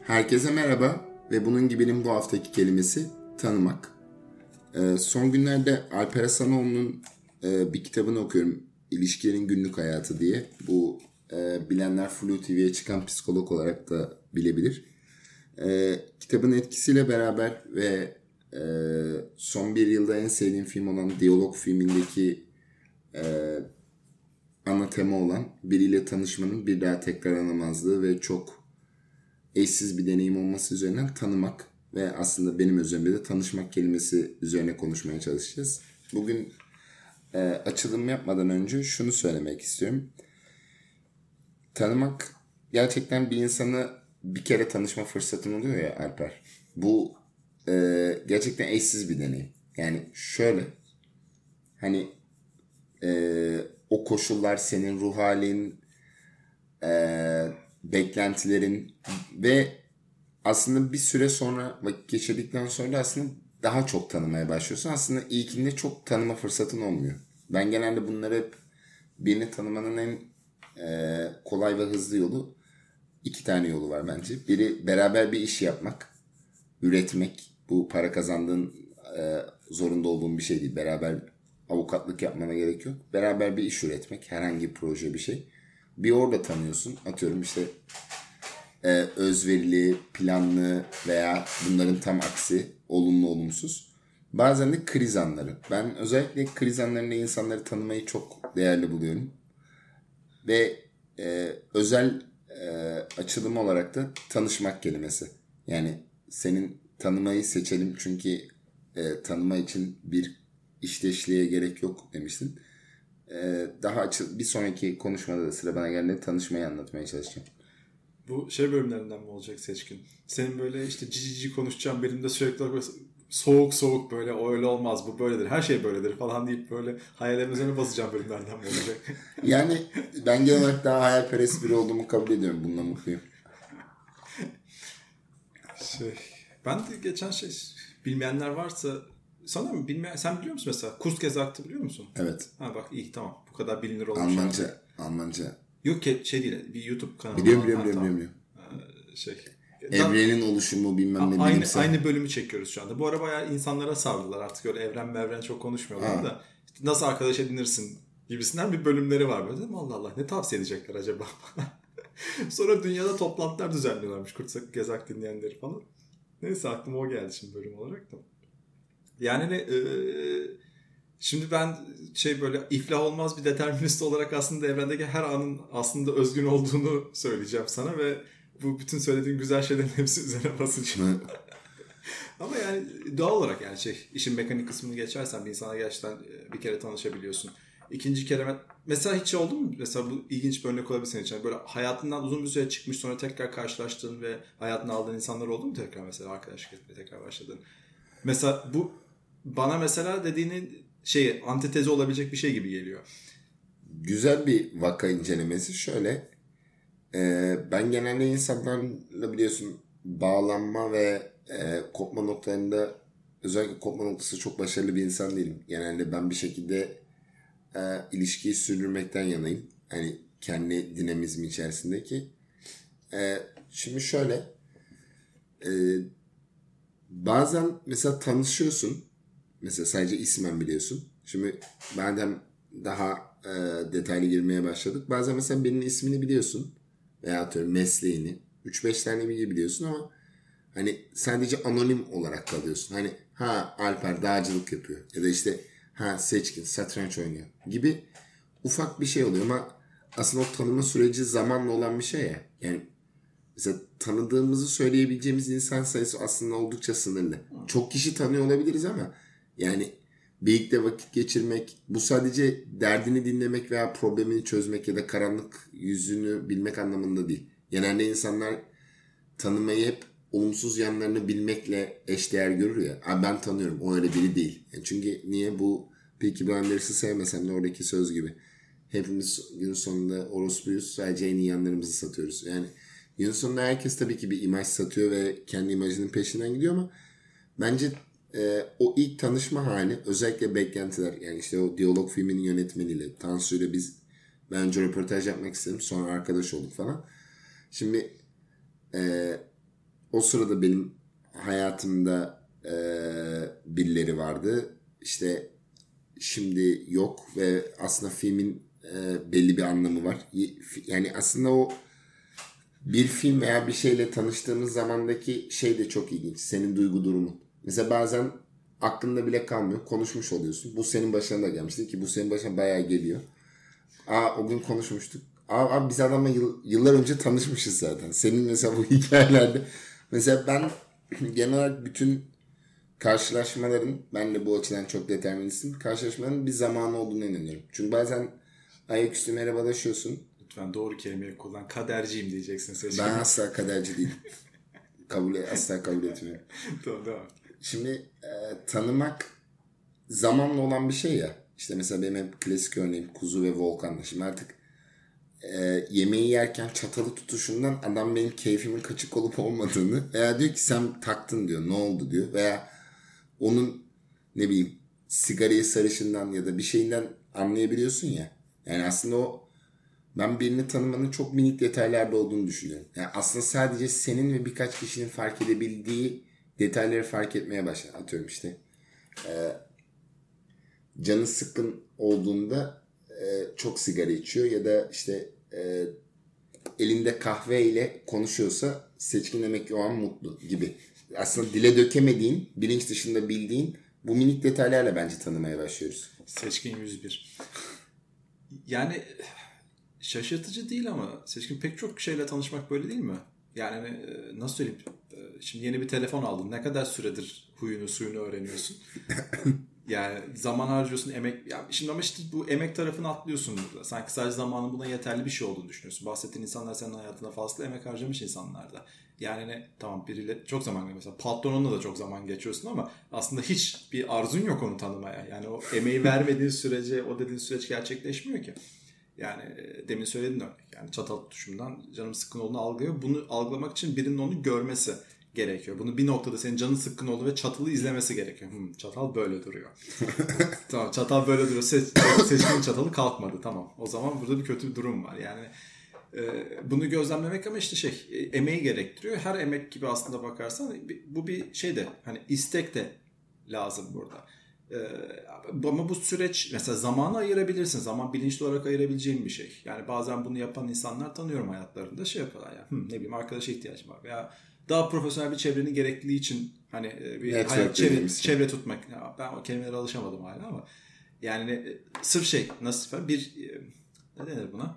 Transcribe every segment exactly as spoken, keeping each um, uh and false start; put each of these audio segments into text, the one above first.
Herkese merhaba ve bunun gibinin bu haftaki kelimesi tanımak. Ee, son günlerde Alper Hasanoğlu'nun e, bir kitabını okuyorum. İlişkilerin Günlük Hayatı diye. Bu e, bilenler Flu T V'ye çıkan psikolog olarak da bilebilir. E, kitabın etkisiyle beraber ve e, son bir yılda en sevdiğim film olan Diyalog filmindeki e, ana tema olan biriyle tanışmanın bir daha tekrarlanamazlığı ve çok eşsiz bir deneyim olması üzerinden tanımak ve aslında benim üzerimde de tanışmak kelimesi üzerine konuşmaya çalışacağız. Bugün e, açılım yapmadan önce şunu söylemek istiyorum. Tanımak gerçekten bir insanı bir kere tanışma fırsatın oluyor ya Alper. Bu e, gerçekten eşsiz bir deneyim. Yani şöyle hani e, o koşullar senin ruh halin, e, beklentilerin ve aslında bir süre sonra vakit geçirdikten sonra da aslında daha çok tanımaya başlıyorsun. Aslında ilkinde çok tanıma fırsatın olmuyor. Ben genelde bunları hep birini tanımanın en e, kolay ve hızlı yolu iki tane yolu var bence. Biri beraber bir iş yapmak, üretmek. Bu para kazandığın e, zorunda olduğun bir şey değil. Beraber avukatlık yapmana gerek yok. Beraber bir iş üretmek, herhangi bir proje bir şey. Bir orada tanıyorsun. Atıyorum işte e, özverili, planlı veya bunların tam aksi, olumlu olumsuz. Bazen de kriz anları. Ben özellikle kriz anlarında insanları tanımayı çok değerli buluyorum. Ve e, özel e, açılım olarak da tanışmak kelimesi. Yani senin tanımayı seçelim çünkü e, tanıma için bir işleşliğe gerek yok demiştin. E, daha açı, bir sonraki konuşmada da sıra bana geldiğinde tanışmayı anlatmaya çalışacağım. Bu şey bölümlerinden mi olacak Seçkin? Senin böyle işte cici cici konuşacağın bölümde sürekli soğuk soğuk böyle o öyle olmaz bu böyledir her şey böyledir falan deyip böyle hayallerin üzerine basacağım bölümlerden mi olacak? Yani ben genel olarak daha hayalperest biri olduğumu kabul ediyorum. Bununla mutluyum. Şey, ben de geçen şey bilmeyenler varsa sanırım bilmeyen sen biliyor musun mesela Kurzgesagt'ı biliyor musun? Evet. Ha bak iyi tamam bu kadar bilinir olmuş. Almanca. Yani. Almanca. Yok şey değil bir YouTube kanalı. Biliyorum biliyorum biliyorum. Tamam. biliyorum. Ee, şey. Evrenin oluşumu bilmem ne. Aynı, aynı bölümü çekiyoruz şu anda. Bu ara bayağı insanlara sardılar artık öyle evren mevren çok konuşmuyorlar ha. da. İşte nasıl arkadaş edinirsin gibisinden bir bölümleri var. Böyle dedim Allah Allah ne tavsiye edecekler acaba? Sonra dünyada toplantılar düzenliyorlarmış Kurzgesagt dinleyenleri falan. Neyse aklıma o geldi şimdi bölüm olarak da. Yani ne e, şimdi ben şey böyle iflah olmaz bir determinist olarak aslında evrendeki her anın aslında özgün olduğunu söyleyeceğim sana ve bu bütün söylediğin güzel şeylerin hepsi üzerine basacağım. Ama yani doğal olarak yani şey işin mekanik kısmını geçersen bir insana gerçekten bir kere tanışabiliyorsun. İkinci kere mesela hiç oldu mu? Mesela bu ilginç bir örnek olabilir senin için. Böyle hayatından uzun bir süre çıkmış sonra tekrar karşılaştığın ve hayatına aldığın insanlar oldu mu tekrar mesela arkadaşlık etmeye tekrar başladın? Mesela bu bana mesela dediğinin şey antitezi olabilecek bir şey gibi geliyor. Güzel bir vaka incelemesi şöyle. E, ben genelde insanlarla biliyorsun bağlanma ve e, kopma noktalarında özellikle kopma noktası çok başarılı bir insan değilim. Genelde ben bir şekilde e, ilişkiyi sürdürmekten yanayım. Hani kendi dinamizmi içerisindeki. E, şimdi şöyle e, bazen mesela tanışıyorsun. Mesela sadece ismen biliyorsun. Şimdi madem daha e, detaylı girmeye başladık. Bazen mesela benim ismini biliyorsun. Veya atıyorum mesleğini. üç beş tane bilgi biliyorsun ama hani sadece anonim olarak kalıyorsun. Hani ha Alper dağcılık yapıyor. Ya da işte ha Seçkin satranç oynuyor gibi ufak bir şey oluyor ama aslında o tanıma süreci zamanla olan bir şey ya. Yani mesela tanıdığımızı söyleyebileceğimiz insan sayısı aslında oldukça sınırlı. Çok kişi tanıyor olabiliriz ama yani birlikte vakit geçirmek, bu sadece derdini dinlemek veya problemini çözmek ya da karanlık yüzünü bilmek anlamında değil. Genelde insanlar tanımayı hep olumsuz yanlarını bilmekle eşdeğer görür ya. Abi ben tanıyorum, o öyle biri değil. Yani çünkü niye bu Peaky Blinders'ı sevmesem de oradaki söz gibi. Hepimiz gün sonunda orospuyuz, sadece en iyi yanlarımızı satıyoruz. Yani gün sonunda herkes tabii ki bir imaj satıyor ve kendi imajının peşinden gidiyor ama bence Ee, o ilk tanışma hali özellikle beklentiler yani işte o Diyalog filminin yönetmeniyle Tansu ile biz ben önce röportaj yapmak istedim sonra arkadaş olduk falan. Şimdi e, o sırada benim hayatımda e, birileri vardı. İşte şimdi yok ve aslında filmin e, belli bir anlamı var. Yani aslında o bir film veya bir şeyle tanıştığımız zamandaki şey de çok ilginç. Senin duygu durumun. Mesela bazen aklında bile kalmıyor. Konuşmuş oluyorsun. Bu senin başına da gelmişti ki bu senin başına bayağı geliyor. Aa o gün konuşmuştuk. Aa, abi biz adamla yıl, yıllar önce tanışmışız zaten. Senin mesela bu hikayelerde. Mesela ben genel olarak bütün karşılaşmaların, ben de bu açıdan çok deterministim. Karşılaşmaların bir zamanı olduğunu inanıyorum. Çünkü bazen ayaküstü merhabalaşıyorsun. Lütfen doğru kelimeyi kullan. Kaderciyim diyeceksin seçkin. Ben asla kaderci değilim. kabul asla kabul etmiyorum. Tamam devam. Şimdi e, tanımak zamanla olan bir şey ya. İşte mesela benim hep klasik örneğim Kuzu ve Volkan'da. Şimdi artık e, yemeği yerken çatalı tutuşundan adam benim keyfimin kaçık olup olmadığını veya diyor ki sen taktın diyor, ne oldu diyor. Veya onun ne bileyim sigarayı sarışından ya da bir şeyinden anlayabiliyorsun ya. Yani aslında o, ben birini tanımanın çok minik detaylarda olduğunu düşünüyorum. Yani aslında sadece senin ve birkaç kişinin fark edebildiği detayları fark etmeye başlar. Atıyorum işte e, canı sıkkın olduğunda e, çok sigara içiyor ya da işte e, elinde kahve ile konuşuyorsa seçkin demek ki o an mutlu gibi. Aslında dile dökemediğin, bilinç dışında bildiğin bu minik detaylarla bence tanımaya başlıyoruz. Seçkin yüz bir. Yani şaşırtıcı değil ama Seçkin pek çok şeyle tanışmak böyle değil mi? Yani hani, nasıl söyleyeyim? Şimdi yeni bir telefon aldın. Ne kadar süredir huyunu suyunu öğreniyorsun? Yani zaman harcıyorsun, emek. Ya şimdi ama işte bu emek tarafını atlıyorsun burada. Sanki sadece zamanın buna yeterli bir şey olduğunu düşünüyorsun. Bahsettiğin insanlar senin hayatında fazla emek harcamış insanlar da. Yani ne, tamam biriyle çok zaman geçiyor. Mesela patronunla da çok zaman geçiyorsun ama aslında hiç bir arzun yok onu tanımaya. Yani o emeği vermediğin sürece o dediğin süreç gerçekleşmiyor ki. Yani demin söylediğin örnek. Yani çatal tutuşumdan canım sıkkın olduğunu algılıyor. Bunu algılamak için birinin onu görmesi gerekiyor. Bunu bir noktada senin canın sıkkın oldu ve çatalı izlemesi gerekiyor. Hmm, çatal böyle duruyor. Tamam, çatal böyle duruyor. Se seçtiğin çatalı kalkmadı. Tamam. O zaman burada bir kötü bir durum var. Yani e, bunu gözlemlemek ama işte şey e, emeği gerektiriyor. Her emek gibi aslında bakarsan bu bir şey de hani istek de lazım burada. Ee, ama bu süreç mesela zamanı ayırabilirsin. Zaman bilinçli olarak ayırabileceğin bir şey. Yani bazen bunu yapan insanlar tanıyorum hayatlarında şey yapıyorlar ya. Yani, ne bileyim arkadaşa ihtiyacım var veya daha profesyonel bir çevrenin gerekliliği için hani bir evet, hayat çevre, çevre tutmak. Ya ben o kelimelere alışamadım hala ama yani sırf şey nasıl bir ne denir buna?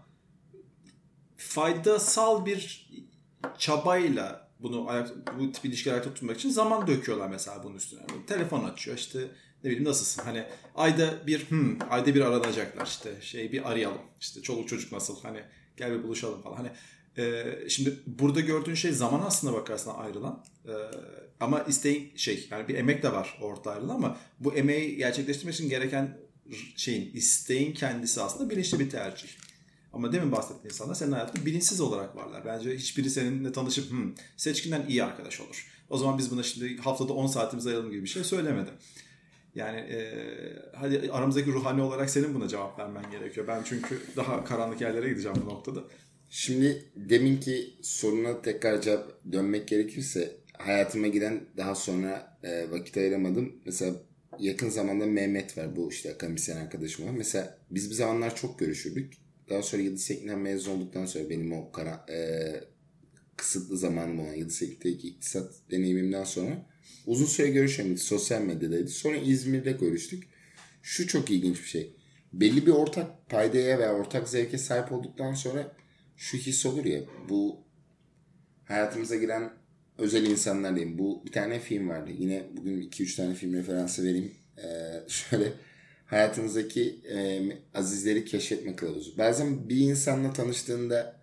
Faydasal bir çabayla bunu ayak, bu tip ilişkiler ayakta tutmak için zaman döküyorlar mesela bunun üstüne. Yani telefon açıyor işte ne bileyim nasılsın hani ayda bir hmm, ayda bir aranacaklar işte şey bir arayalım işte çoluk çocuk nasıl hani gel bir buluşalım falan hani e, şimdi burada gördüğün şey zaman aslında bakarsan ayrılan e, ama isteğin şey yani bir emek de var ortada ayrılan ama bu emeği gerçekleştirmek için gereken şeyin isteğin kendisi aslında bilinçli bir tercih. Ama demin bahsettiğin insanlar senin hayatında bilinçsiz olarak varlar. Bence hiçbiri seninle tanışıp hmm, Seçkin'den iyi arkadaş olur. O zaman biz buna şimdi haftada on saatimizi ayıralım gibi bir şey söylemedi. Yani e, hadi aramızdaki ruhani olarak senin buna cevap vermen gerekiyor. Ben çünkü daha karanlık yerlere gideceğim bu noktada. Şimdi deminki soruna tekrar cevap dönmek gerekirse hayatıma giren daha sonra e, vakit ayıramadım. Mesela yakın zamanda Mehmet var, bu işte akademisyen arkadaşım var. Mesela biz bir zamanlar çok görüşürdük. Daha sonra Yıldız Teknik'ten mezun olduktan sonra benim o kara, e, kısıtlı zamanım olan Yıldız Teknik'teki iktisat deneyimimden sonra uzun süre görüşemedik. Sosyal medyadaydı. Sonra İzmir'de görüştük. Şu çok ilginç bir şey. Belli bir ortak paydaya veya ortak zevke sahip olduktan sonra şu his olur ya, bu hayatımıza giren özel insanlar diyeyim. Bu bir tane film vardı. Yine bugün iki üç tane film referansı vereyim. Ee, şöyle hayatınızdaki e, azizleri keşfetme kılavuzu. Bazen bir insanla tanıştığında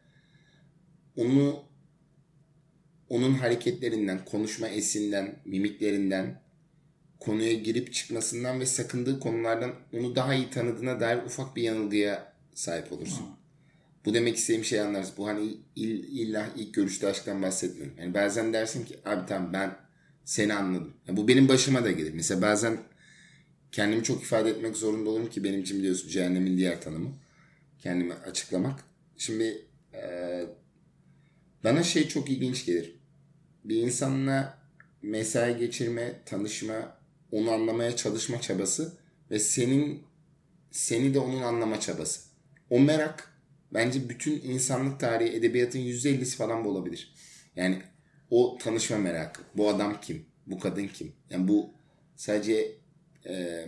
onu onun hareketlerinden, konuşma esinden, mimiklerinden, konuya girip çıkmasından ve sakındığı konulardan onu daha iyi tanıdığına dair ufak bir yanılgıya sahip olursun. Hmm. Bu demek istediğim şeyi anlarsın. Bu hani ill, illa ilk görüşte aşktan bahsetmiyorum. Yani bazen dersin ki abi tamam ben seni anladım. Yani bu benim başıma da gelir. Mesela bazen kendimi çok ifade etmek zorunda olurum ki benim için biliyorsun cehennemin diğer tanımı. Kendimi açıklamak. Şimdi e, bana şey çok ilginç gelir. bir insanla mesai geçirme, tanışma, onu anlamaya çalışma çabası ve senin seni de onun anlama çabası. O merak bence bütün insanlık tarihi edebiyatın yüzde ellisi falan bu olabilir. Yani o tanışma merakı. Bu adam kim? Bu kadın kim? Yani bu sadece e,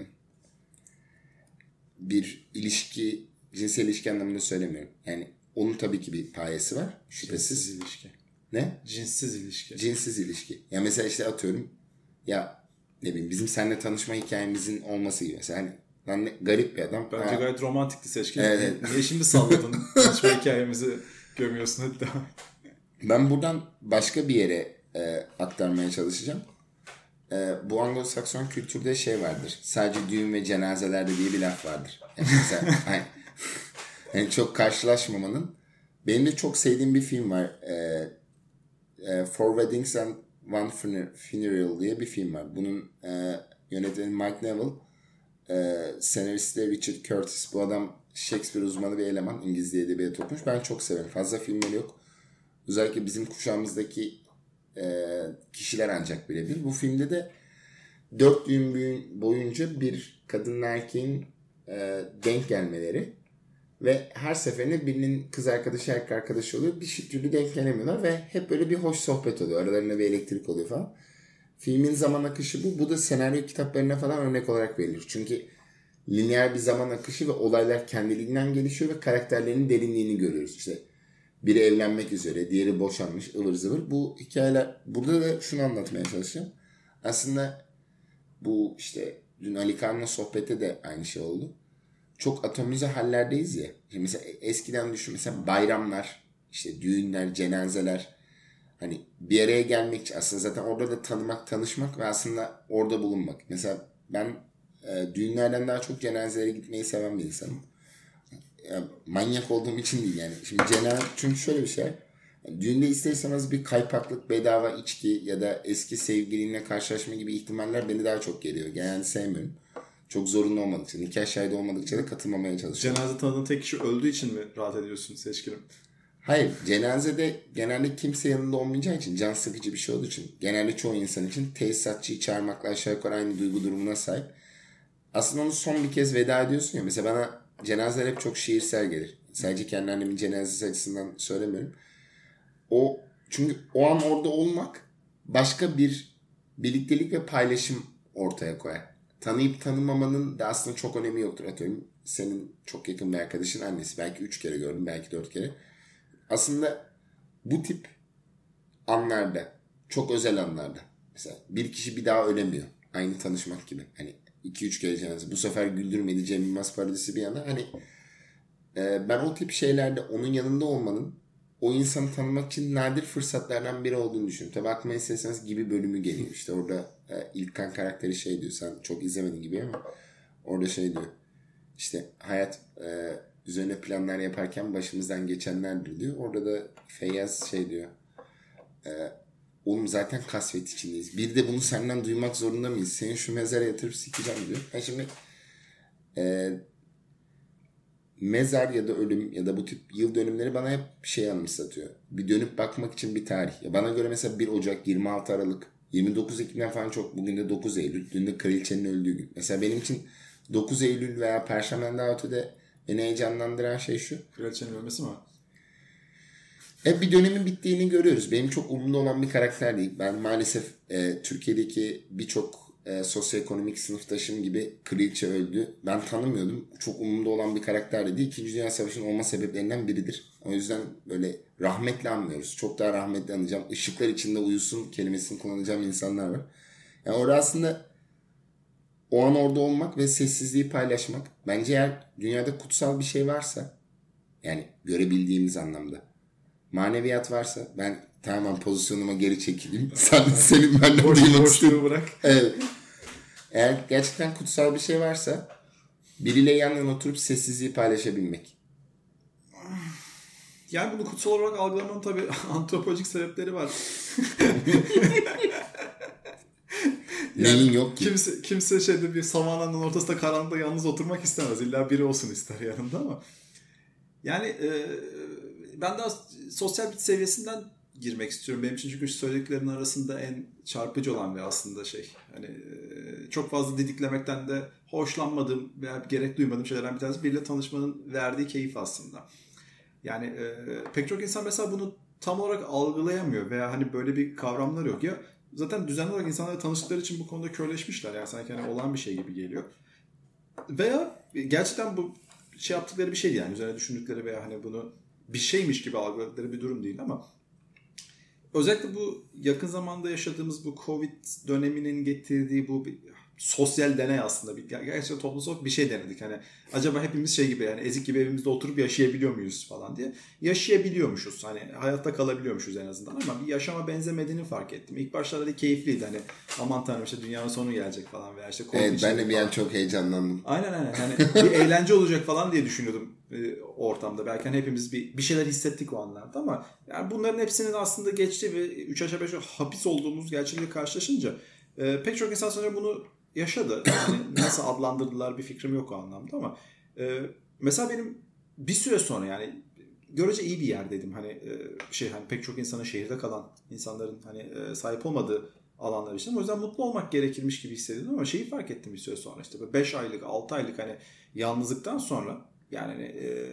bir ilişki, cinsel ilişki anlamında söylemiyorum. Yani onun tabii ki bir payesi var. Şüphesiz. Cinsiz ilişki. Ne? Cinsiz ilişki. Cinsiz ilişki. Ya mesela işte atıyorum ya ne bileyim bizim seninle tanışma hikayemizin olması gibi. Mesela hani lan ne, garip bir adam. Bence ha. gayet romantikti seçkin. Evet. Niye şimdi salladın? Tanışma hikayemizi gömüyorsun hadi devam. Ben buradan başka bir yere e, aktarmaya çalışacağım. E, bu Anglo-Sakson kültürde şey vardır. Sadece düğün ve cenazelerde diye bir laf vardır. Yani mesela hani, yani çok karşılaşmamanın. Benim de çok sevdiğim bir film var. E, e, Four Weddings and One Funeral diye bir film var. Bunun e, yönetmeni Mike Neville, e, senaristi de Richard Curtis. Bu adam Shakespeare uzmanı bir eleman. İngiliz Dili Edebiyatı okumuş. Ben çok severim. Fazla filmleri yok. Özellikle bizim kuşağımızdaki e, kişiler ancak bilebilir. Bu filmde de dört düğün boyunca bir kadınla erkeğin e, denk gelmeleri ve her seferinde birinin kız arkadaşı erkek arkadaşı oluyor. Bir şey türlü denk gelemiyorlar ve hep böyle bir hoş sohbet oluyor. Aralarında bir elektrik oluyor falan. Filmin zaman akışı bu. Bu da senaryo kitaplarına falan örnek olarak verilir. Çünkü lineer bir zaman akışı ve olaylar kendiliğinden gelişiyor ve karakterlerin derinliğini görüyoruz. İşte biri evlenmek üzere, diğeri boşanmış, ıvır zıvır. Bu hikayeler, burada da şunu anlatmaya çalışacağım. Aslında bu işte dün Ali Kaan'la sohbette de aynı şey oldu. Çok atomize hallerdeyiz ya. Şimdi mesela eskiden düşün, mesela bayramlar, işte düğünler, cenazeler. Hani bir araya gelmek için aslında zaten orada da tanımak, tanışmak ve aslında orada bulunmak. Mesela ben e, düğünlerden daha çok cenazelere gitmeyi seven bir insanım. Yani manyak olduğum için değil yani. Şimdi cenaze, çünkü şöyle bir şey. Yani düğünde isterseniz bir kaypaklık, bedava içki ya da eski sevgilinle karşılaşma gibi ihtimaller beni daha çok geliyor. Genelde sevmiyorum. Çok zorunlu olmadıkça, nikah şahidi olmadıkça da katılmamaya çalışıyorum. Cenaze tanıdığın tek kişi öldüğü için mi rahat ediyorsun seçkinim? Hayır, cenazede genelde kimse yanında olmayacağı için, can sıkıcı bir şey olduğu için, genelde çoğu insan için tesisatçıyı çağırmakla aşağı yukarı aynı duygu durumuna sahip. Aslında onu son bir kez veda ediyorsun ya. Mesela bana cenazeler hep çok şiirsel gelir. Sadece kendi annemin cenazesi açısından söylemiyorum. O, çünkü o an orada olmak başka bir birliktelik ve paylaşım ortaya koyar. Tanıyıp tanımamanın da aslında çok önemi yoktur. Atıyorum senin çok yakın bir arkadaşın annesi. Belki üç kere gördüm, belki dört kere. Aslında bu tip anlarda, çok özel anlarda. Mesela bir kişi bir daha ölemiyor. Aynı tanışmak gibi. Hani iki üç kere cenaze. Bu sefer güldürmedi Cem Yılmaz parodisi bir yana. Hani e, ben o tip şeylerde onun yanında olmanın o insanı tanımak için nadir fırsatlardan biri olduğunu düşünüyorum. Tabii aklıma isterseniz gibi bölümü geliyor. İşte orada e, İlkan karakteri şey diyor. Sen çok izlemedin gibi ama orada şey diyor. İşte hayat e, üzerine planlar yaparken başımızdan geçenlerdir diyor. Orada da Feyyaz şey diyor. E, oğlum zaten kasvet içindeyiz. Bir de bunu senden duymak zorunda mıyız? Seni şu mezara yatırıp sikeceğim diyor. Yani şimdi e, mezar ya da ölüm ya da bu tip yıl dönümleri bana hep şey anımsatıyor. Bir dönüp bakmak için bir tarih. Ya bana göre mesela bir Ocak, yirmi altı Aralık, yirmi dokuz Ekim'den falan çok. Bugün de dokuz Eylül. Dün de kraliçenin öldüğü gün. Mesela benim için dokuz Eylül veya Perşembe'den daha ötede beni heyecanlandıran şey şu. Kraliçenin ölmesi mi? Hep bir dönemin bittiğini görüyoruz. Benim çok umurumda olan bir karakter değil. Ben maalesef e, Türkiye'deki birçok e, sosyoekonomik sınıftaşım gibi kraliçe öldü. Ben tanımıyordum. Çok umurumda olan bir karakter de değil. İkinci Dünya Savaşı'nın olma sebeplerinden biridir. O yüzden böyle rahmetle anmıyoruz. Çok daha rahmetle anacağım. Işıklar içinde uyusun kelimesini kullanacağım insanlar var. Yani orada aslında o an orada olmak ve sessizliği paylaşmak. Bence eğer dünyada kutsal bir şey varsa, yani görebildiğimiz anlamda, maneviyat varsa, ben tamamen pozisyonuma geri çekileyim. Sen, senin benden duymak istiyorum. Bırak. Evet. Eğer gerçekten kutsal bir şey varsa biriyle yan yana oturup sessizliği paylaşabilmek. Yani bunu kutsal olarak algılamanın tabii antropolojik sebepleri var. Yani neyin yok ki? Kimse, kimse şeyde bir savananın ortasında karanlıkta yalnız oturmak istemez. İlla biri olsun ister yanında ama. Yani e, ben daha sosyal bit seviyesinden girmek istiyorum. Benim için çünkü söylediklerin arasında en çarpıcı olan ve aslında şey hani çok fazla didiklemekten de hoşlanmadığım veya gerek duymadığım şeylerden bir tanesi biriyle tanışmanın verdiği keyif aslında. Yani e, pek çok insan mesela bunu tam olarak algılayamıyor veya hani böyle bir kavramlar yok ya. Zaten düzenli olarak insanlarla tanıştıkları için bu konuda körleşmişler. Yani sanki hani olan bir şey gibi geliyor. Veya gerçekten bu şey yaptıkları bir şey değil yani üzerine düşündükleri veya hani bunu bir şeymiş gibi algıladıkları bir durum değil ama özellikle bu yakın zamanda yaşadığımız bu Covid döneminin getirdiği bu bir sosyal deney aslında. Bir, gerçekten toplumsal bir şey denedik. Hani acaba hepimiz şey gibi yani ezik gibi evimizde oturup yaşayabiliyor muyuz falan diye. Yaşayabiliyormuşuz. Hani hayatta kalabiliyormuşuz en azından ama bir yaşama benzemediğini fark ettim. İlk başlarda da keyifliydi. Hani aman tanrım işte dünyanın sonu gelecek falan veya işte Covid evet ben de bir an çok heyecanlandım. Aynen aynen. Yani bir eğlence olacak falan diye düşünüyordum e, ortamda. Belki hani hepimiz bir, bir şeyler hissettik o anlarda ama yani bunların hepsinin aslında geçtiği ve üç aşağı beş yukarı hapis olduğumuz gerçekle karşılaşınca e, pek çok insan sonra bunu yaşadı. Yani nasıl adlandırdılar bir fikrim yok o anlamda ama e, mesela benim bir süre sonra yani görece iyi bir yerdeydim. Hani e, şey hani pek çok insanın şehirde kalan insanların hani e, sahip olmadığı alanlar için. O yüzden mutlu olmak gerekirmiş gibi hissediyordum ama şeyi fark ettim bir süre sonra işte beş aylık altı aylık hani yalnızlıktan sonra yani e,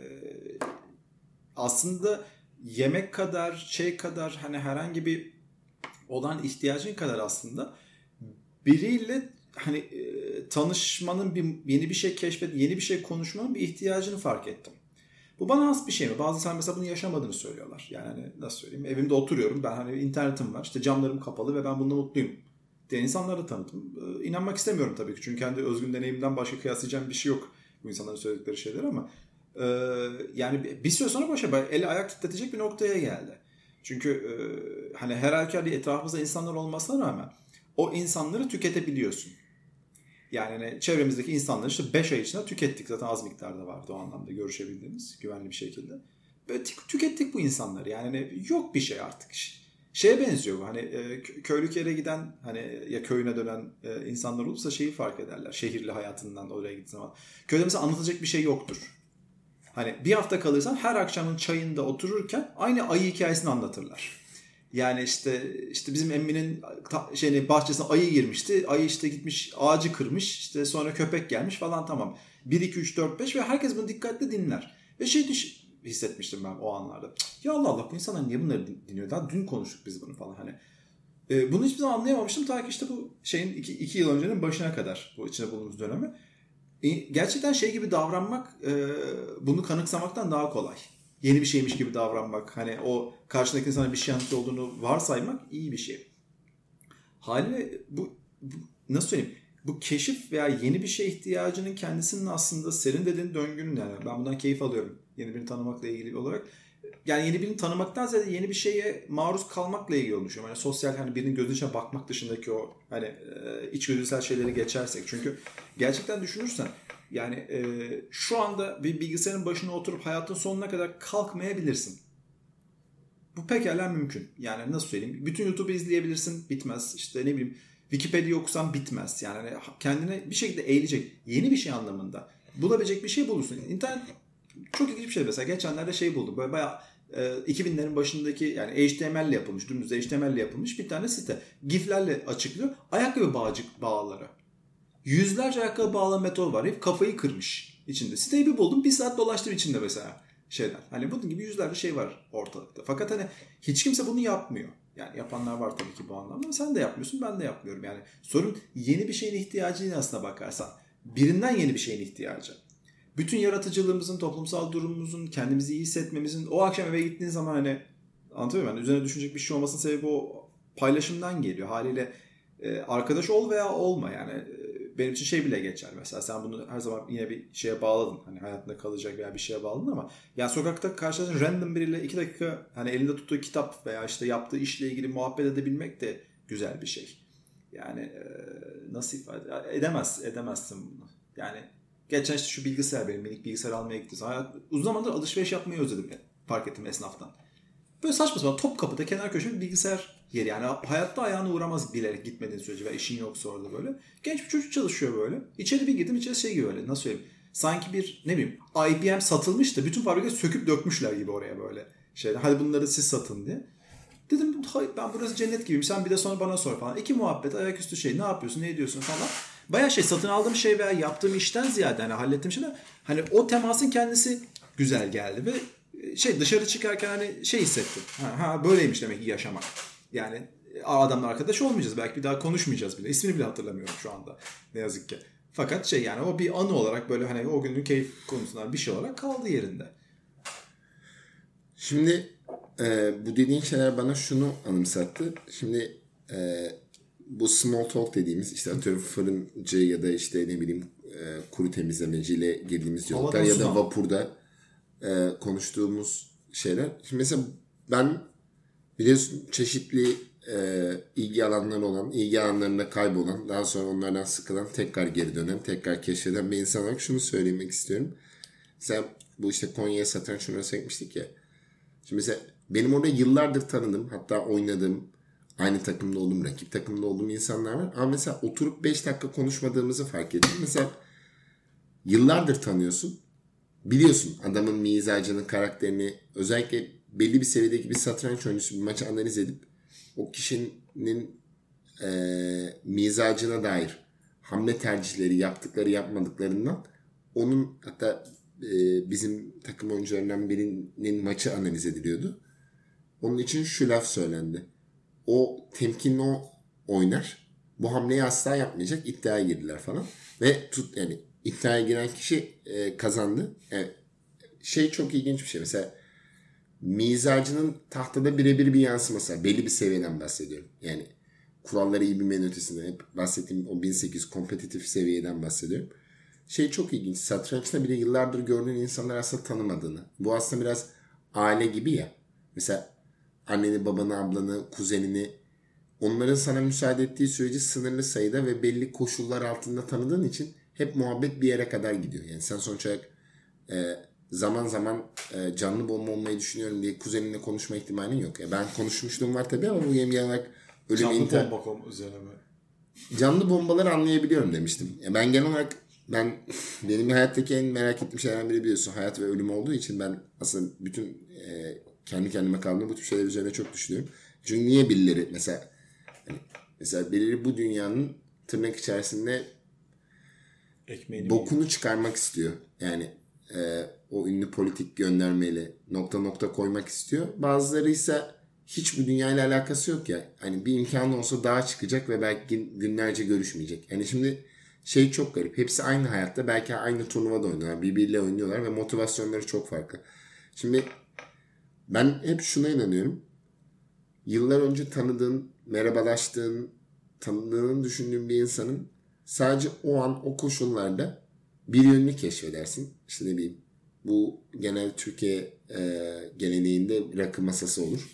aslında yemek kadar şey kadar hani herhangi bir olan ihtiyacın kadar aslında biriyle hani e, tanışmanın bir yeni bir şey keşfet yeni bir şey konuşmanın bir ihtiyacını fark ettim. Bu bana has bir şey mi? Bazı insanlar mesela bunu yaşamadığını söylüyorlar. Yani hani nasıl söyleyeyim? Evimde oturuyorum. Ben hani internetim var. İşte camlarım kapalı ve ben bununla mutluyum diye insanları tanıdım. Ee, inanmak istemiyorum tabii ki. Çünkü kendi özgün deneyimden başka kıyaslayacağım bir şey yok bu insanların söyledikleri şeyler ama e, yani bir süre sonra başa el ayak titretecek bir noktaya geldi. Çünkü e, hani her halükarda etrafımızda insanlar olmasına rağmen o insanları tüketebiliyorsun. Yani hani çevremizdeki insanları işte beş ay içinde tükettik. Zaten az miktarda vardı o anlamda görüşebildiğimiz güvenli bir şekilde. Böyle tükettik bu insanları. Yani hani yok bir şey artık. Şeye benziyor bu. Hani köylük yere giden hani ya köyüne dönen insanlar olursa şeyi fark ederler. Şehirli hayatından oraya gittiği zaman. Köyde mesela anlatacak bir şey yoktur. Hani bir hafta kalırsan her akşamın çayında otururken aynı ayı hikayesini anlatırlar. Yani işte işte bizim emminin şeyine bahçesine ayı girmişti. Ayı işte gitmiş ağacı kırmış. İşte sonra köpek gelmiş falan tamam. bir iki üç dört beş ve herkes bunu dikkatle dinler. Ve şey düş hissetmiştim ben o anlarda. Ya Allah Allah bu insanlar niye bunları dinliyor? Daha dün konuştuk biz bunu falan hani. E, bunu hiçbir zaman anlayamamıştım ta ki işte bu şeyin iki, iki yıl öncenin başına kadar bu içinde bulunduğumuz dönemi. E, gerçekten şey gibi davranmak e, bunu kanıksamaktan daha kolay. Yeni bir şeymiş gibi davranmak, hani o karşındaki insana bir şey anlatıyor olduğunu varsaymak iyi bir şey. Haliyle bu, bu nasıl söyleyeyim? Bu keşif veya yeni bir şey ihtiyacının kendisinin aslında senin dediğin döngünün yani ben bundan keyif alıyorum. Yeni birini tanımakla ilgili olarak. Yani yeni birini tanımaktan ziyade yeni bir şeye maruz kalmakla ilgili oluşuyor. Yani sosyal hani birinin gözünün içine bakmak dışındaki o hani içgüdüsel şeyleri geçersek. Çünkü gerçekten düşünürsen yani e, şu anda bir bilgisayarın başına oturup hayatın sonuna kadar kalkmayabilirsin. Bu pekala mümkün. Yani nasıl söyleyeyim? Bütün YouTube'u izleyebilirsin, bitmez. İşte ne bileyim Wikipedia okusan bitmez. Yani kendine bir şekilde eğilecek, yeni bir şey anlamında bulabilecek bir şey bulursun. İnternet çok ilginç bir şey mesela. Geçenlerde şey buldum. Böyle bayağı e, iki binlerin başındaki yani H T M L ile yapılmış, dümdüz H T M L ile yapılmış bir tane site. GIF'lerle açıklıyor. Ayakkabı bağcık bağları. Yüzlerce ayakkabı bağlama metodu var. Hep kafayı kırmış içinde. Siteyi bir buldum. Bir saat dolaştım içinde mesela şeyler. Hani bunun gibi yüzlerce şey var ortalıkta. Fakat hani hiç kimse bunu yapmıyor. Yani yapanlar var tabii ki bu anlamda ama sen de yapmıyorsun, ben de yapmıyorum. Yani sorun yeni bir şeyin ihtiyacı değil aslına bakarsan. Birinden yeni bir şeyin ihtiyacı. Bütün yaratıcılığımızın, toplumsal durumumuzun, kendimizi iyi hissetmemizin o akşam eve gittiğin zaman hani anlatabiliyor muyum? Yani üzerine düşünecek bir şey olmasının sebebi o paylaşımdan geliyor. Haliyle e, arkadaş ol veya olma yani. Benim için şey bile geçer mesela sen bunu her zaman yine bir şeye bağladın hani hayatında kalacak veya bir şeye bağladın ama yani sokakta karşılaştığın random biriyle iki dakika hani elinde tuttuğu kitap veya işte yaptığı işle ilgili muhabbet edebilmek de güzel bir şey. Yani e, nasıl ifade edemez edemezsin bunu. Yani geçen işte şu bilgisayar benim minik bilgisayar almaya gittim. Hayat, uzun zamandır alışveriş yapmayı özledim fark ettim esnaftan. Böyle saçma sapan Topkapı'da kenar köşe bir bilgisayar yeri. Yani hayatta ayağına uğramaz bilerek gitmediğin sürece veya işin yoksa orada böyle. Genç bir çocuk çalışıyor böyle. İçeri bir girdim içeri şey gibi öyle nasıl söyleyeyim. Sanki bir ne bileyim I B M satılmış da bütün fabrikayı söküp dökmüşler gibi oraya böyle. Şeyde, hadi bunları siz satın diye. Dedim hayır, ben burası cennet gibiyim, sen bir de sonra bana sor falan. İki muhabbet, ayaküstü şey, ne yapıyorsun, ne ediyorsun falan. Bayağı şey, satın aldığım şey veya yaptığım işten ziyade hani hallettiğim şeyler, hani o temasın kendisi güzel geldi ve şey, dışarı çıkarken hani şey hissettim. Ha, ha böyleymiş demek ki yaşamak. Yani adamla arkadaş olmayacağız, belki bir daha konuşmayacağız bile. İsmini bile hatırlamıyorum şu anda ne yazık ki. Fakat şey, yani o bir anı olarak böyle hani o günün keyif konusundan bir şey olarak kaldı yerinde. Şimdi e, bu dediğin şeyler bana şunu anımsattı. Şimdi e, bu small talk dediğimiz, işte atıyorum fırıncı ya da işte ne bileyim e, kuru temizlemeciyle girdiğimiz diyaloglar ya da vapurda e, konuştuğumuz şeyler. Şimdi mesela ben biliyorsun çeşitli e, ilgi alanları olan, ilgi alanlarında kaybolan, daha sonra onlardan sıkılan, tekrar geri dönen, tekrar keşfeden bir insan olarak şunu söylemek istiyorum. Mesela bu işte Konya'ya satranç turnuvasına gitmiştik ya. Şimdi mesela benim orada yıllardır tanıdığım, hatta oynadığım, aynı takımda olduğum, rakip takımda olduğum insanlar var. Ama mesela oturup beş dakika konuşmadığımızı fark ettim. Mesela yıllardır tanıyorsun. Biliyorsun adamın mizacını, karakterini, özellikle belli bir seviyedeki bir satranç oyuncusu bir maçı analiz edip o kişinin e, mizacına dair hamle tercihleri, yaptıkları yapmadıklarından, onun hatta e, bizim takım oyuncularından birinin maçı analiz ediliyordu. Onun için şu laf söylendi. O temkinli o oynar. Bu hamleyi asla yapmayacak. İddiaya girdiler falan. Ve tut yani iddiaya giren kişi e, kazandı. Yani şey çok ilginç bir şey. Mesela mizacının tahtada birebir bir yansıması. Belli bir seviyeden bahsediyorum. Yani kuralları iyi bilmenin ötesinde hep bahsettiğim o bin sekiz yüz kompetitif seviyeden bahsediyorum. Şey çok ilginç. Satrançta bile yıllardır gördüğün insanlar aslında tanımadığını. Bu aslında biraz aile gibi ya. Mesela anneni, babanı, ablanı, kuzenini, onların sana müsaade ettiği sürece sınırlı sayıda ve belli koşullar altında tanıdığın için hep muhabbet bir yere kadar gidiyor. Yani sen sonuç olarak e, zaman zaman e, canlı bomba olmayı düşünüyorum diye kuzeninle konuşma ihtimalin yok. Yani ben konuşmuşluğum var tabii ama bu genel olarak ölüm canlı inter... bomba üzerine mi? Canlı bombaları anlayabiliyorum demiştim. Yani ben genel olarak ben benim hayattaki en merak ettiğim şeylerden biri biliyorsun hayat ve ölüm olduğu için ben aslında bütün e, kendi kendime kaldığım bu tür şeyler üzerine çok düşünüyorum. Çünkü niye birileri mesela yani mesela birileri bu dünyanın tırnak içerisinde ekmeğini bokunu yiyor, çıkarmak istiyor. Yani e, o ünlü politik göndermeyle nokta nokta koymak istiyor. Bazıları ise hiç bu dünyayla alakası yok ya. Hani bir imkanı olsa dağa çıkacak ve belki günlerce görüşmeyecek. Yani şimdi şey çok garip. Hepsi aynı hayatta. Belki aynı turnuvada oynuyorlar. Birbiriyle oynuyorlar ve motivasyonları çok farklı. Şimdi ben hep şuna inanıyorum. Yıllar önce tanıdığın, merhabalaştığın, tanıdığını düşündüğün bir insanın sadece o an o koşullarda bir yönünü keşfedersin. İşte ne bileyim bu genel Türkiye e, geleneğinde rakı masası olur.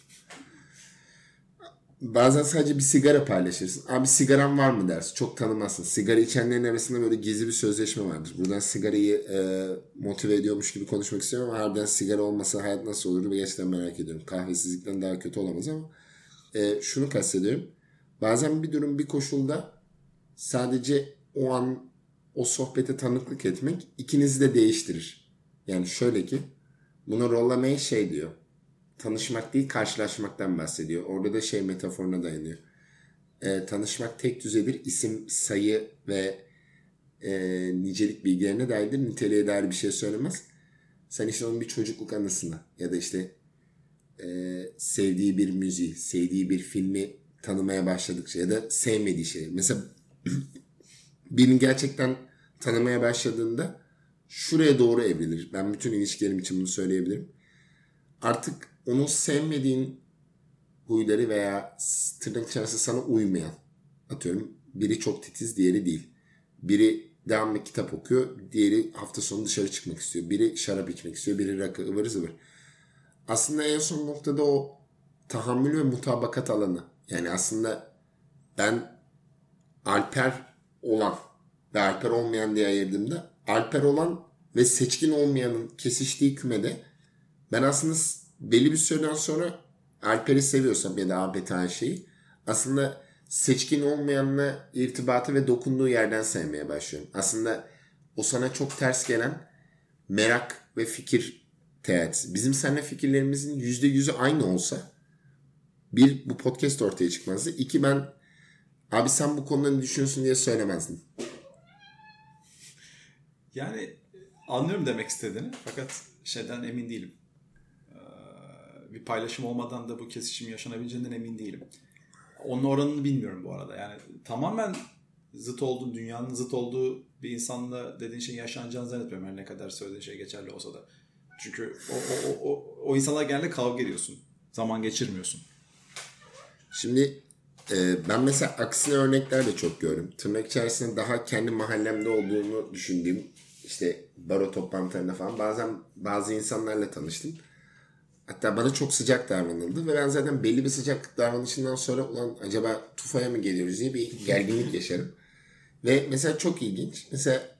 Bazen sadece bir sigara paylaşırsın. Abi sigaran var mı dersin. Çok tanımazsın. Sigara içenlerin arasında böyle gizli bir sözleşme vardır. Buradan sigarayı e, motive ediyormuş gibi konuşmak istiyorum ama harbiden sigara olmasa hayat nasıl olurdu gerçekten merak ediyorum. Kahvesizlikten daha kötü olamaz ama e, şunu kastediyorum. Bazen bir durum bir koşulda sadece o an o sohbete tanıklık etmek ikinizi de değiştirir. Yani şöyle ki bunu Rollo şey diyor. Tanışmak değil karşılaşmaktan bahsediyor. Orada da şey metaforuna dayanıyor. E, tanışmak tek düzedir. İsim, sayı ve e, nicelik bilgilerine dairdir. Niteliğe dair bir şey söylemez. Sen işte onun bir çocukluk anısına ya da işte e, sevdiği bir müziği, sevdiği bir filmi tanımaya başladıkça ya da sevmediği şey. Mesela birini gerçekten tanımaya başladığında şuraya doğru evrilir. Ben bütün ilişkilerim için bunu söyleyebilirim. Artık onu sevmediğin huyları veya tırnak içerisinde sana uymayan, atıyorum biri çok titiz diğeri değil. Biri devamlı kitap okuyor, diğeri hafta sonu dışarı çıkmak istiyor. Biri şarap içmek istiyor, biri rakı, ıvır zıvır. Aslında en son noktada o tahammül ve mutabakat alanı. Yani aslında ben Alper olan ve Alper olmayan diye ayırdığımda Alper olan ve seçkin olmayanın kesiştiği kümede ben aslında belli bir süreden sonra Alper'i seviyorsam ya da A B T şeyi aslında seçkin olmayanla irtibatı ve dokunduğu yerden sevmeye başlıyorum. Aslında o sana çok ters gelen merak ve fikir teatisi. Bizim seninle fikirlerimizin yüzde yüzü aynı olsa bir, bu podcast ortaya çıkmazdı. İki, ben abi sen bu konuda ne düşünüyorsun diye söylemezdim. Yani anlıyorum demek istediğini fakat şeyden emin değilim. Ee, bir paylaşım olmadan da bu kesişim yaşanabileceğinden emin değilim. Onun oranını bilmiyorum bu arada. Yani tamamen zıt olduğu, dünyanın zıt olduğu bir insanla dediğin şeyin yaşanacağını zannetmiyorum. Her ne kadar söylediğin şey geçerli olsa da. Çünkü o, o, o, o insanlar genelde kavga ediyorsun. Zaman geçirmiyorsun. Şimdi e, ben mesela aksine örnekler de çok gördüm. Tırnak içerisinde daha kendi mahallemde olduğunu düşündüğüm işte baro toplantılarında falan bazen bazı insanlarla tanıştım. Hatta bana çok sıcak davranıldı ve ben zaten belli bir sıcak davranışından sonra ulan acaba tufaya mı geliyoruz diye bir gerginlik yaşarım. Ve mesela çok ilginç. Mesela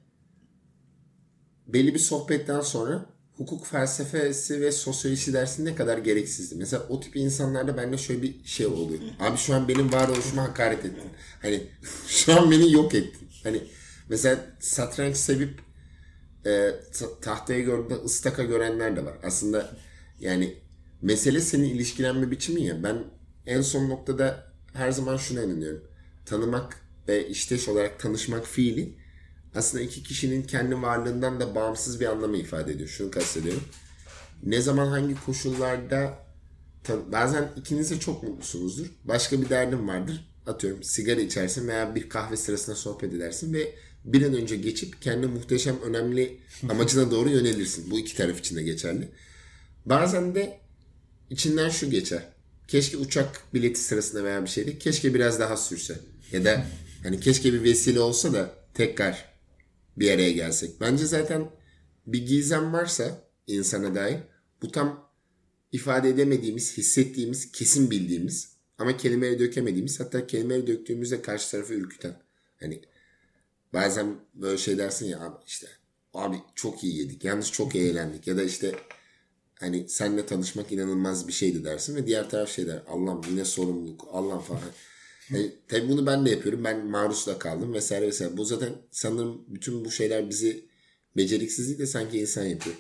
belli bir sohbetten sonra hukuk felsefesi ve sosyoloji dersi ne kadar gereksizdi. Mesela o tip insanlarda bende şöyle bir şey oluyor. Abi şu an benim varoluşuma hakaret ettin. Hani şu an beni yok ettin. Hani mesela satranç sevip e, tahtaya gördüğünde ıstaka görenler de var. Aslında yani mesele senin ilişkilenme biçimin ya. Ben en son noktada her zaman şuna inanıyorum. Tanımak ve işteş olarak tanışmak fiili aslında iki kişinin kendi varlığından da bağımsız bir anlamı ifade ediyor. Şunu kastediyorum. Ne zaman hangi koşullarda bazen ikiniz de çok mutlusunuzdur. Başka bir derdin vardır. Atıyorum sigara içersin veya bir kahve sırasında sohbet edersin ve bir an önce geçip kendi muhteşem önemli amacına doğru yönelirsin. Bu iki taraf için de geçerli. Bazen de içinden şu geçer. Keşke uçak bileti sırasında veya bir şeyde keşke biraz daha sürse. Ya da hani keşke bir vesile olsa da tekrar bir araya gelsek. Bence zaten bir gizem varsa insana dair bu tam ifade edemediğimiz, hissettiğimiz, kesin bildiğimiz ama kelimelere dökemediğimiz, hatta kelimelere döktüğümüzde karşı tarafı ürküten. Hani bazen böyle şey dersin ya abi işte abi çok iyi yedik, yalnız çok eğlendik ya da işte hani seninle tanışmak inanılmaz bir şeydi dersin ve diğer taraf şey der. Allah'ım yine sorumluluk, Allah'ım falan. Yani, tabii bunu ben de yapıyorum. Ben maruz da kaldım vesaire vesaire. Bu zaten sanırım bütün bu şeyler bizi beceriksizlikle sanki insan yapıyor.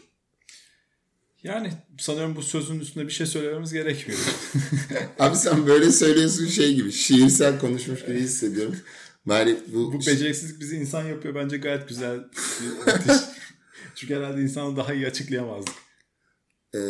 Yani sanıyorum bu sözün üstünde bir şey söylememiz gerekmiyor. Abi sen böyle söylüyorsun şey gibi. Şiirsel konuşmuş gibi hissediyorum. Bari bu, bu beceriksizlik bizi insan yapıyor. Bence gayet güzel. Çünkü herhalde insanı daha iyi açıklayamazdık. Ee,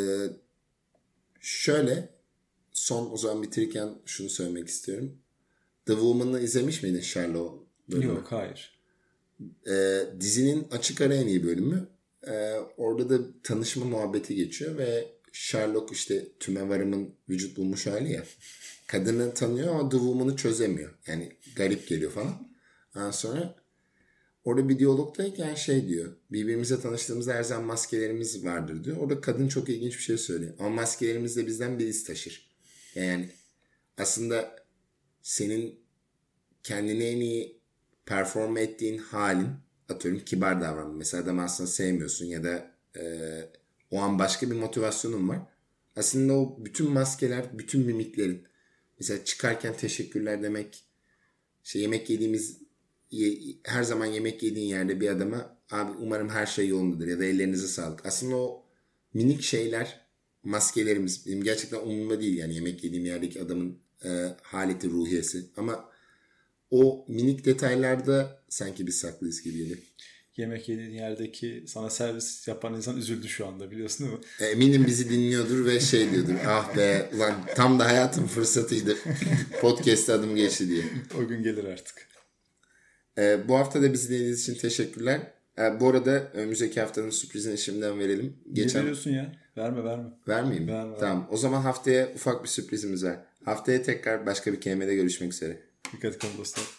şöyle son o zaman bitirirken şunu söylemek istiyorum. The Woman'ı izlemiş miydin Sherlock bölümü? Yok hayır. Ee, dizinin açık ara en iyi bölümü. Ee, orada da tanışma muhabbeti geçiyor ve Sherlock işte tümevarımın vücut bulmuş hali ya. Kadını tanıyor ama The Woman'ı çözemiyor. Yani garip geliyor falan. Ondan sonra orada bir diyalogdayken şey diyor. Birbirimize tanıştığımızda her zaman maskelerimiz vardır diyor. Orada kadın çok ilginç bir şey söylüyor. Ama maskelerimiz de bizden bir iz taşır. Yani aslında senin kendini en iyi perform ettiğin halin, atıyorum kibar davranma. Mesela adamı aslında sevmiyorsun ya da e, o an başka bir motivasyonun var. Aslında o bütün maskeler, bütün mimiklerin. Mesela çıkarken teşekkürler demek. İşte yemek yediğimiz, ye, her zaman yemek yediğin yerde bir adama abi umarım her şey yolundadır ya da ellerinize sağlık. Aslında o minik şeyler maskelerimiz. Benim gerçekten umurumda değil yani yemek yediğim yerdeki adamın e, haleti, ruhiyesi. Ama o minik detaylarda sanki biz saklıyız gibi geliyor. Yemek yediğin yerdeki sana servis yapan insan üzüldü şu anda biliyorsun değil mi? Eminim bizi dinliyordur ve şey diyordur. Ah be ulan tam da hayatın fırsatıydı. Podcast'te adım geçti diye. O gün gelir artık. Ee, bu hafta da bizi dinlediğiniz için teşekkürler. Ee, bu arada önümüzdeki haftanın sürprizini şimdiden verelim. Geçen... Ne veriyorsun ya? Verme verme. Vermeyeyim mi? Verme, tamam. verme. O zaman haftaya ufak bir sürprizimiz var. Haftaya tekrar başka bir kelimede görüşmek üzere. Dikkat edin dostlar.